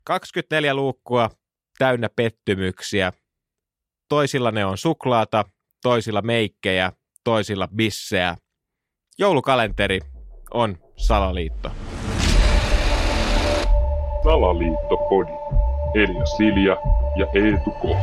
24 luukkua täynnä pettymyksiä. Toisilla ne on suklaata, toisilla meikkejä, toisilla bissejä. Joulukalenteri on salaliitto. Salaliittopodi. Elia Silja ja Eetu K.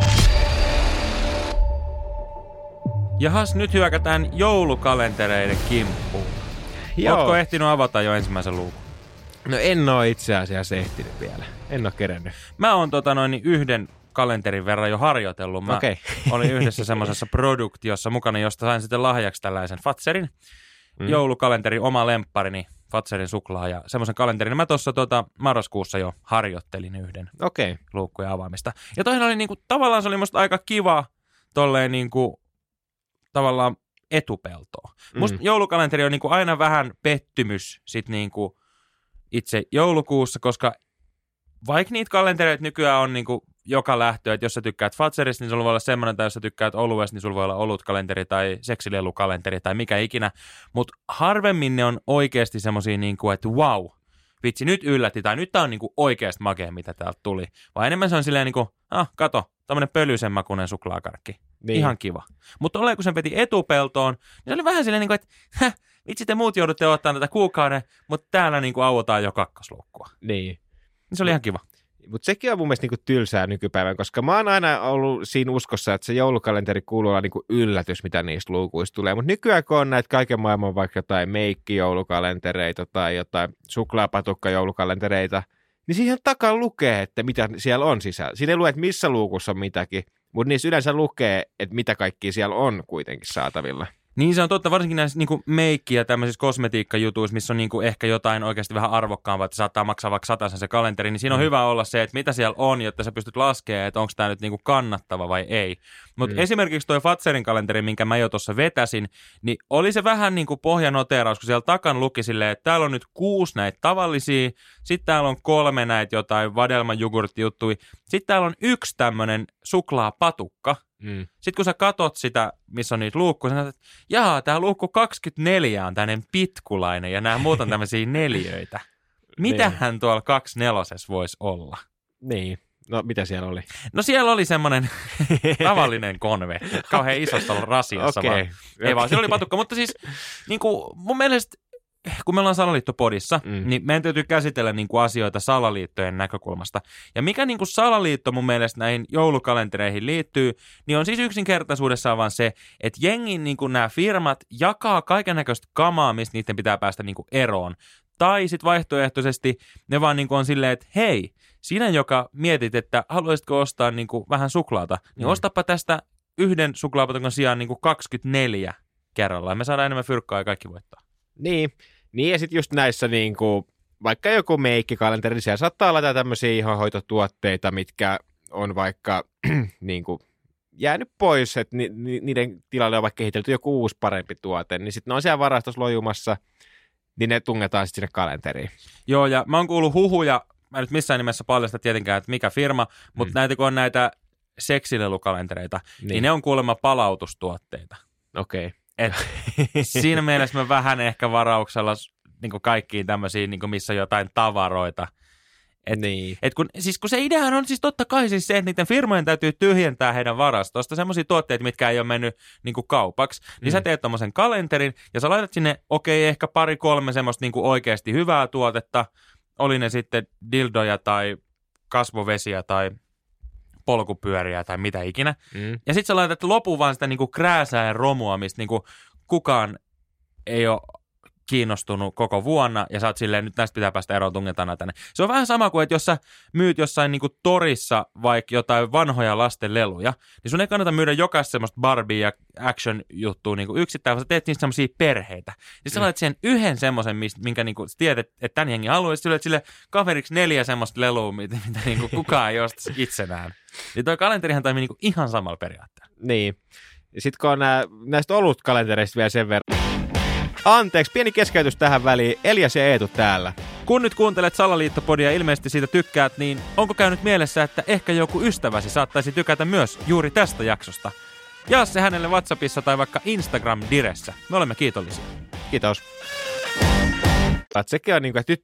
Jahas, nyt hyökätään joulukalentereiden kimppuun. Ootko ehtinyt avata jo ensimmäisen luukun? No en ole itse asiassa ehtinyt vielä. En ole kerennyt. Mä oon yhden kalenterin verran jo harjoitellut. Mä olin yhdessä semmoisessa produktiossa mukana, josta sain sitten lahjaksi tällaisen Fazerin joulukalenterin, oma lempparini, Fazerin suklaa ja semmoisen kalenterin. Mä tuossa marraskuussa jo harjoittelin yhden luukkujen avaamista. Ja toinen oli tavallaan se oli musta aika kiva tolleen tavallaan etupeltoa. Musta joulukalenteri on aina vähän pettymys sit itse joulukuussa, koska vaikka niitä kalentereita nykyään on joka lähtö, että jos sä tykkäät Fazerista, niin sulla voi olla semmoinen, tai jos sä tykkäät oluesta, niin sulla voi olla olutkalenteri tai seksilelukalenteri tai mikä ikinä. Mutta harvemmin ne on oikeasti semmosia että wow, vitsi nyt yllätti, tai nyt tää on oikeasti makea, mitä täältä tuli. Vai enemmän se on silleen kato, tämmönen pölyisen makuinen suklaakarkki. Niin. Ihan kiva. Mutta kun sen veti etupeltoon, niin se oli vähän silleen että vitsi te muut joudutte ottaa tätä kuukauden, mutta täällä auotaan jo kakkosluukkua. Niin. Se oli ihan kiva. Mutta sekin on mun mielestä tylsää nykypäivän, koska mä oon aina ollut siinä uskossa, että se joulukalenteri kuuluu olla yllätys, mitä niistä luukuista tulee. Mutta nykyään kun on näitä kaiken maailman vaikka jotain meikki-joulukalentereita tai jotain suklaapatukka-joulukalentereita, niin siihen takan lukee, että mitä siellä on sisällä. Siinä ei lue, että missä luukussa on mitäkin, mutta niissä yleensä lukee, että mitä kaikkia siellä on kuitenkin saatavilla. Niin se on totta, varsinkin näissä meikki- ja tämmöisissä kosmetiikkajutuissa, missä on ehkä jotain oikeasti vähän arvokkaampaa, että saattaa maksaa vaikka 100 se kalenteri, niin siinä on hyvä olla se, että mitä siellä on, jotta sä pystyt laskemaan, että onko tämä nyt kannattava vai ei. Mutta esimerkiksi toi Fazerin kalenteri, minkä mä jo tuossa vetäsin, niin oli se vähän pohjanoteeraus, kun siellä takan luki silleen, että täällä on nyt 6 näitä tavallisia, sitten täällä on 3 näitä jotain vadelmajugurttijuttuja, sitten täällä on 1 tämmöinen suklaapatukka. Sitten kun sä katot sitä, missä on niitä luukkuja, sä näet, että jaa, tää luukku 24 on tämmöinen pitkulainen ja nämä muut on tämmöisiä neliöitä. Mitähän tuolla 24 voisi olla? Niin. No, mitä siellä oli? No siellä oli semmoinen tavallinen konvetti, kauhean isossa rasiassa vaan. Ei vaan, siellä oli patukka, mutta siis mun mielestä kun me ollaan salaliittopodissa, niin meidän täytyy käsitellä asioita salaliittojen näkökulmasta. Ja mikä salaliitto mun mielestä näihin joulukalentereihin liittyy, niin on siis yksinkertaisuudessaan vaan se, että jengin nämä firmat jakaa kaikennäköistä kamaa, mistä niiden pitää päästä eroon. Tai sitten vaihtoehtoisesti ne vaan on silleen, että hei, sinä joka mietit, että haluaisitko ostaa vähän suklaata, niin ostapa tästä yhden suklaapatukon sijaan 24 kerrallaan. Me saadaan enemmän fyrkkaa ja kaikki voittaa. Niin ja sitten just näissä vaikka joku meikkikalenteri, niin siellä saattaa olla tämmöisiä ihonhoitotuotteita, mitkä on vaikka jäänyt pois, että niiden tilalle on vaikka kehitelty joku uusi parempi tuote, niin sitten ne on siellä varastossa lojumassa, niin ne tungetaan sitten sinne kalenteriin. Joo, ja mä oon kuullut huhuja, mä nyt missään nimessä paljasta tietenkään, että mikä firma, mutta näitä kun on näitä seksilelukalentereita, niin ne on kuulemma palautustuotteita. Okei. Siinä mielessä mä vähän ehkä varauksella kaikkiin tämmöisiin, missä on jotain tavaroita. Kun se ideahan on siis totta kai siis se, että niiden firmojen täytyy tyhjentää heidän varastosta semmoisia tuotteita, mitkä ei ole mennyt kaupaksi. Niin sä teet tommosen kalenterin ja sä laitat sinne, ehkä 2-3 semmoista oikeasti hyvää tuotetta. Oli ne sitten dildoja tai kasvovesiä tai polkupyöriä tai mitä ikinä. Ja sit sä laitat lopun vaan sitä krääsää ja romua, mistä kukaan ei ole kiinnostunut koko vuonna, ja sä oot silleen, nyt näistä pitää päästä eroon, tungetaan tänne. Se on vähän sama kuin, että jos sä myyt jossain torissa vaikka jotain vanhoja lasten leluja, niin sun ei kannata myydä jokaista semmoista Barbie- ja action-juttua yksittäin, vaan sä teet niistä semmosia perheitä. Siis sä laitat siihen yhden semmoisen, minkä tiedät, että tän jengi haluaa, ja sitten sä sille kaveriksi 4 semmoista lelua, mitä kukaan ei osta itsenään. Niin toi kalenterihan toimii ihan samalla periaatteella. Niin. Ja sit kun on näistä olutkalentereista vielä sen verran. Anteeksi, pieni keskeytys tähän väliin. Elias ja Eetu täällä. Kun nyt kuuntelet Salaliittopodia ja ilmeisesti siitä tykkäät, niin onko käynyt mielessä, että ehkä joku ystäväsi saattaisi tykätä myös juuri tästä jaksosta? Jaa se hänelle WhatsAppissa tai vaikka Instagram-diressä. Me olemme kiitollisia. Kiitos. Sekin on että nyt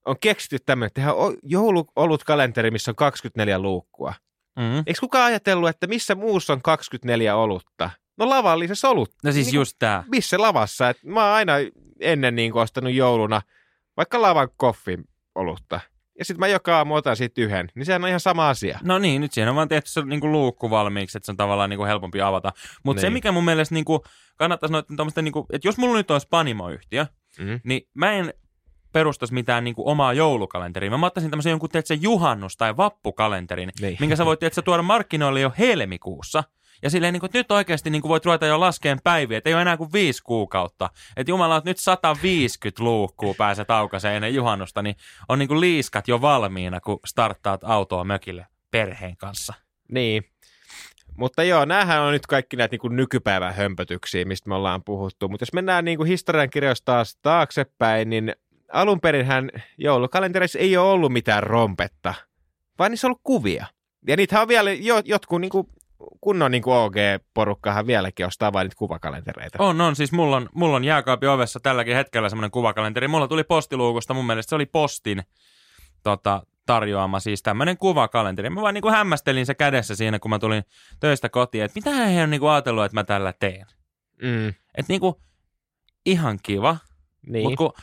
on keksitty tämmöinen, että tehdään jouluolutkalenteri, missä on 24 luukkua. Eikö kukaan ajatellut, että missä muussa on 24 olutta? No lavallisessa olutta. No siis just tää. Missä lavassa? Et mä oon aina ennen niin ostanut jouluna vaikka lavan koffin olutta. Ja sitten mä joka aamu otan siitä yhden. Niin sehän on ihan sama asia. No niin, nyt siihen on vaan tehty se niin kuin luukku valmiiksi, että se on tavallaan niin kuin helpompi avata. Mutta se, mikä mun mielestä niin kuin kannattaisi noita tommoista, niin kuin, että jos mulla nyt olisi Panimo-yhtiö, niin mä en perustaisi mitään niin kuin omaa joulukalenteria. Mä ottaisin tämmöisen jonkun, teet se juhannus- tai vappukalenterin, minkä sä voit tuoda markkinoille jo helmikuussa. Ja silleen, niin kuin, että nyt oikeasti niin kuin voit ruveta jo laskeen päiviä, että ei ole enää kuin 5 kuukautta. Että jumala, että nyt 150 luukkuu pääset aukaiseen ennen juhannusta, niin on niin kuin liiskat jo valmiina, kun starttaat autoa mökille perheen kanssa. Niin, mutta joo, näähän on nyt kaikki näitä niin kuin nykypäivän hömpötyksiä, mistä me ollaan puhuttu. Mutta jos mennään niin kuin historiankirjoista taas taaksepäin, niin alunperinhän joulukalenterissa ei ole ollut mitään rompetta, vaan niissä on ollut kuvia. Ja niitähän on vielä jotkut niin kuin kunnon niin kuin OG-porukkahan vieläkin ostaa vain niitä kuvakalentereita. On. Siis mulla on jääkaapin ovessa tälläkin hetkellä semmoinen kuvakalenteri. Mulla tuli postiluukusta, mun mielestä se oli Postin tarjoama siis tämmöinen kuvakalenteri. Mä vaan niin kuin hämmästelin se kädessä siinä, kun mä tulin töistä kotiin, että mitä he on niin kuin ajatellut, että mä tällä teen. Että niin kuin ihan kiva. Niin. Mutta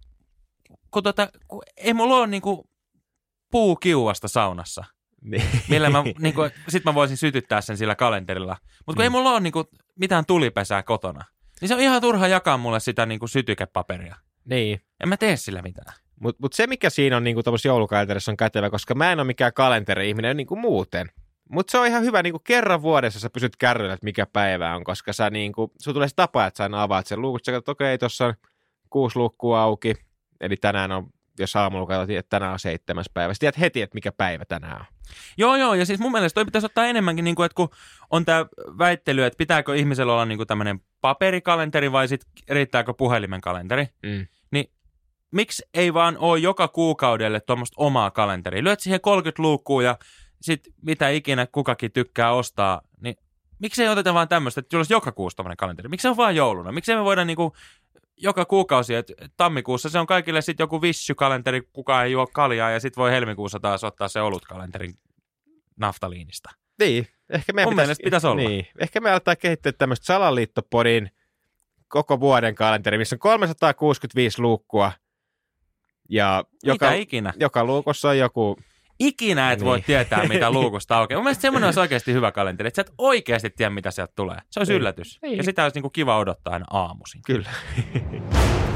kun ei mulla ole niin kuin puukiuasta saunassa. Millä mä, niinku, sit mä voisin sytyttää sen sillä kalenterilla. Mutta kun ei mulla ole niinku, mitään tulipesää kotona, niin se on ihan turha jakaa mulle sitä niinku, sytykepaperia. Niin. En mä tee sillä mitään. Mut se, mikä siinä on niinku, tuollaisessa joulukalenterissa on kätevä, koska mä en ole mikään kalenteri-ihminen niinku muuten. Mutta se on ihan hyvä, niinku, kerran vuodessa sä pysyt kärryllä, että mikä päivä on, koska sä, niinku, sun tulee se tapa, että sä aina avaat sen luukut. Sä katsot, että okei, tuossa on 6 luukkua auki, eli tänään on, jos aamulla katsottiin, että tänään on 7. päivä. Sä tiedät heti, että mikä päivä tänään on. Joo, ja siis mun mielestä toi pitäisi ottaa enemmänkin, niin kuin, että kun on tämä väittely, että pitääkö ihmisellä olla niin tämmöinen paperikalenteri vai sitten riittääkö puhelimen kalenteri, niin miksi ei vaan ole joka kuukaudelle tuommoista omaa kalenteria? Lyöt siihen 30 luukkua ja sitten mitä ikinä kukakin tykkää ostaa, niin miksi ei oteta vaan tämmöistä, että olisi joka kuusi tommoinen kalenteri? Miksi se on vaan jouluna? Miksi me voida niinku joka kuukausi, että tammikuussa se on kaikille sitten joku vissy-kalenteri, kukaan ei juo kaljaa, ja sitten voi helmikuussa taas ottaa se olutkalenterin naftaliinista. Niin, ehkä meidän pitäisi olla. Niin, ehkä me aletaan kehittää tämmöistä salaliittopodin koko vuoden kalenteri, missä on 365 luukkua, ja joka luukossa on joku... Ikinä et voi tietää, mitä luukusta aukeaa. Mun mielestä semmoinen olisi oikeasti hyvä kalenteri, että sä et oikeasti tiedä, mitä sieltä tulee. Se olisi yllätys. Ja sitä olisi niinku kiva odottaa aina aamuisin. Kyllä.